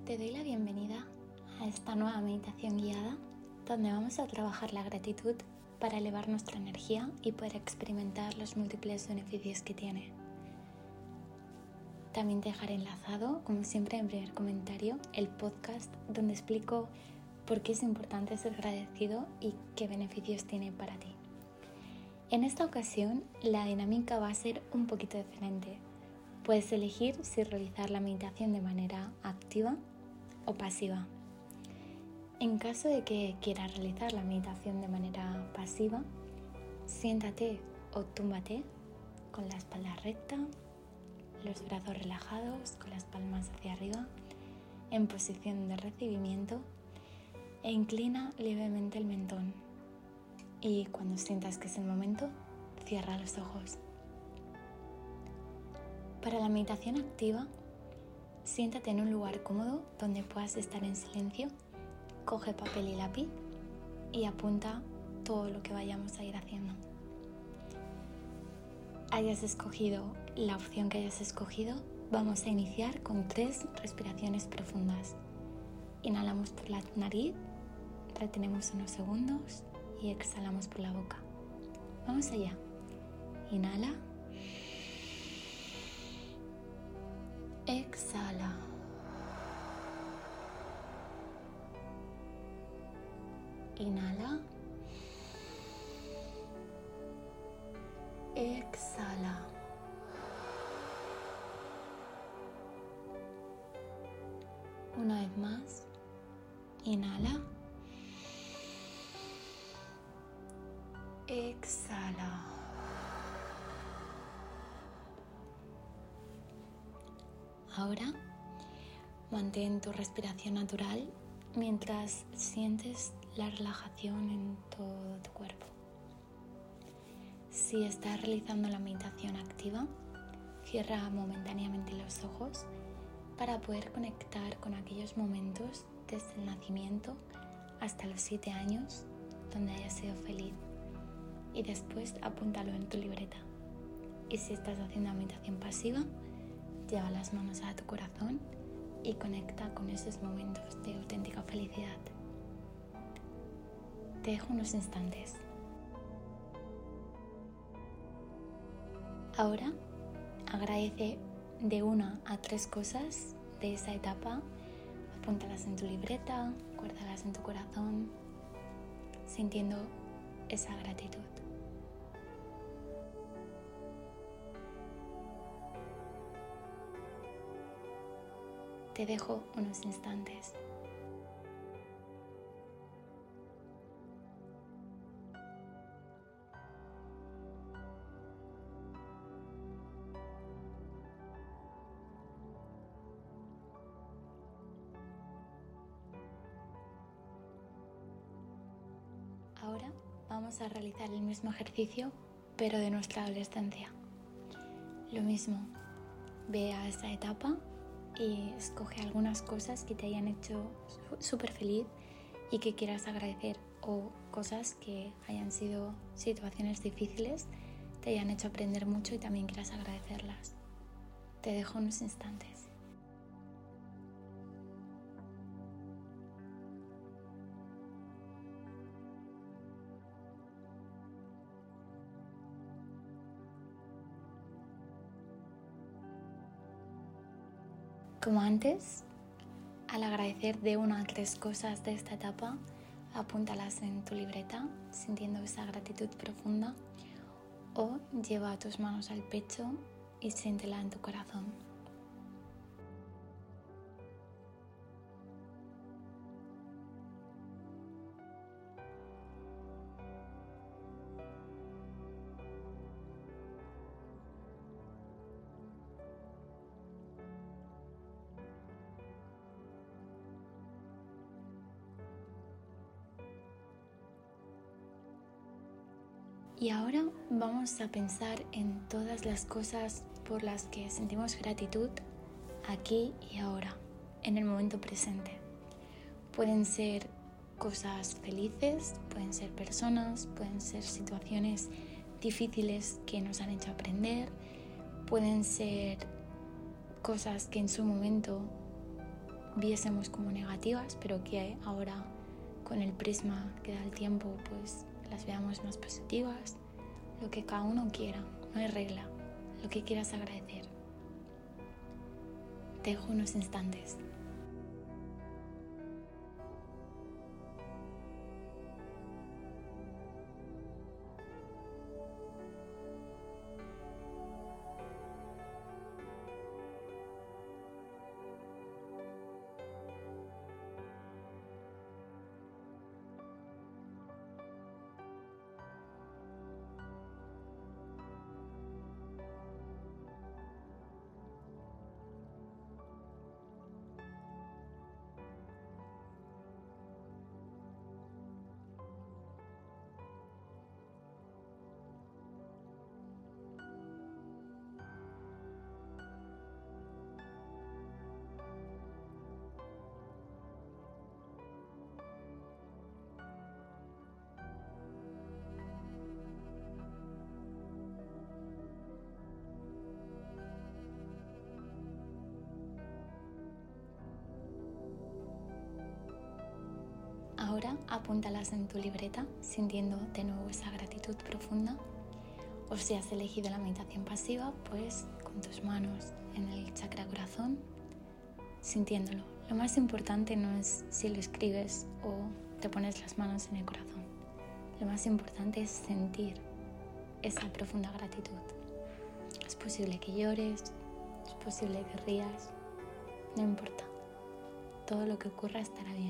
Te doy la bienvenida a esta nueva meditación guiada donde vamos a trabajar la gratitud para elevar nuestra energía y poder experimentar los múltiples beneficios que tiene. También te dejaré enlazado, como siempre en primer comentario, el podcast donde explico por qué es importante ser agradecido y qué beneficios tiene para ti. En esta ocasión la dinámica va a ser un poquito diferente. Puedes elegir si realizar la meditación de manera activa o pasiva. En caso de que quieras realizar la meditación de manera pasiva, siéntate o túmbate con la espalda recta, los brazos relajados, con las palmas hacia arriba, en posición de recibimiento, e inclina levemente el mentón. Y cuando sientas que es el momento, cierra los ojos. Para la meditación activa, siéntate en un lugar cómodo donde puedas estar en silencio, coge papel y lápiz y apunta todo lo que vayamos a ir haciendo. Hayas escogido la opción que hayas escogido, vamos a iniciar con 3 respiraciones profundas. Inhalamos por la nariz, retenemos unos segundos y exhalamos por la boca. Vamos allá. Inhala. Exhala. Inhala. Exhala. Una vez más. Inhala. Exhala. Ahora, mantén tu respiración natural mientras sientes la relajación en todo tu cuerpo. Si estás realizando la meditación activa, cierra momentáneamente los ojos para poder conectar con aquellos momentos desde el nacimiento hasta los 7 años donde hayas sido feliz y después apúntalo en tu libreta. Y si estás haciendo la meditación pasiva, lleva las manos a tu corazón y conecta con esos momentos de auténtica felicidad. Te dejo unos instantes. Ahora, agradece de 1 a 3 cosas de esa etapa. Apúntalas en tu libreta, guárdalas en tu corazón, sintiendo esa gratitud. Te dejo unos instantes. Ahora vamos a realizar el mismo ejercicio, pero de nuestra adolescencia. Lo mismo, ve a esa etapa y escoge algunas cosas que te hayan hecho súper feliz y que quieras agradecer, o cosas que hayan sido situaciones difíciles, te hayan hecho aprender mucho y también quieras agradecerlas. Te dejo unos instantes. Como antes, al agradecer de 1 a 3 cosas de esta etapa, apúntalas en tu libreta, sintiendo esa gratitud profunda, o lleva tus manos al pecho y siéntela en tu corazón. Y ahora vamos a pensar en todas las cosas por las que sentimos gratitud aquí y ahora, en el momento presente. Pueden ser cosas felices, pueden ser personas, pueden ser situaciones difíciles que nos han hecho aprender, pueden ser cosas que en su momento viésemos como negativas, pero que ahora con el prisma que da el tiempo pues las veamos más positivas. Lo que cada uno quiera, no hay regla, lo que quieras agradecer. Te dejo unos instantes. Ahora apúntalas en tu libreta, sintiendo de nuevo esa gratitud profunda. O si has elegido la meditación pasiva, pues con tus manos en el chakra corazón, sintiéndolo. Lo más importante no es si lo escribes o te pones las manos en el corazón. Lo más importante es sentir esa profunda gratitud. Es posible que llores, es posible que rías, no importa. Todo lo que ocurra estará bien.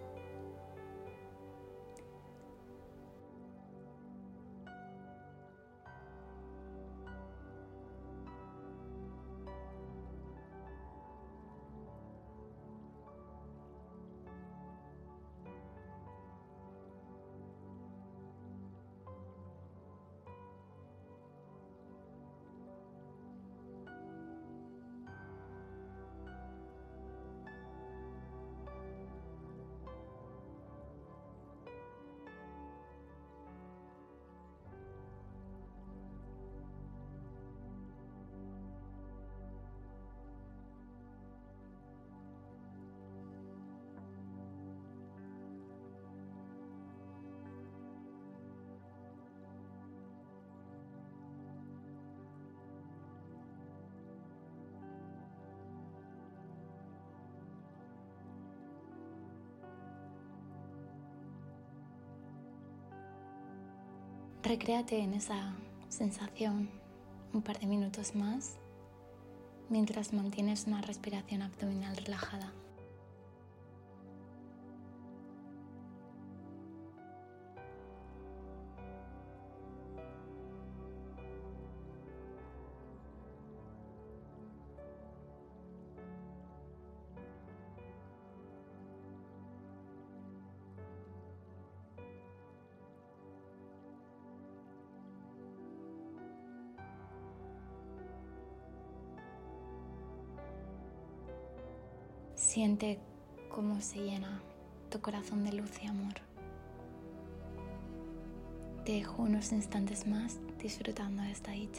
Recréate en esa sensación un par de minutos más mientras mantienes una respiración abdominal relajada. Siente cómo se llena tu corazón de luz y amor. Te dejo unos instantes más disfrutando de esta dicha.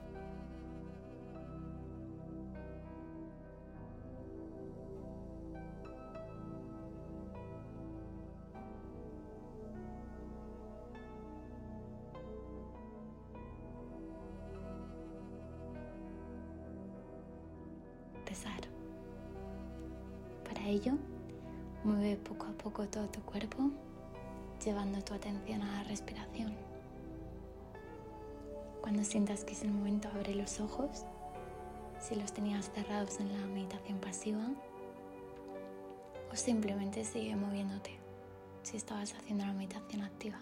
Rezar. Para ello, mueve poco a poco todo tu cuerpo, llevando tu atención a la respiración. Cuando sientas que es el momento, abre los ojos, si los tenías cerrados en la meditación pasiva, o simplemente sigue moviéndote, si estabas haciendo la meditación activa.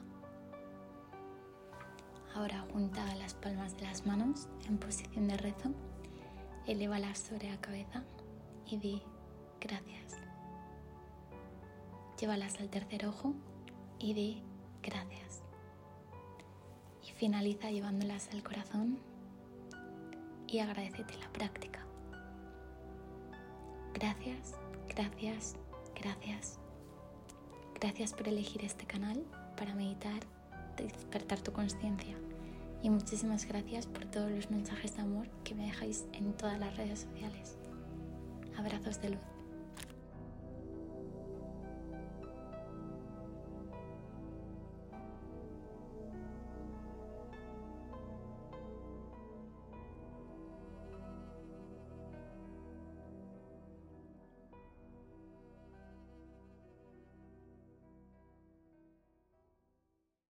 Ahora junta las palmas de las manos en posición de rezo, elévalas sobre la cabeza y di gracias. Llévalas al tercer ojo y di gracias. Y finaliza llevándolas al corazón y agradécete la práctica. Gracias, gracias, gracias. Gracias por elegir este canal para meditar, despertar tu conciencia. Y muchísimas gracias por todos los mensajes de amor que me dejáis en todas las redes sociales. Abrazos de luz.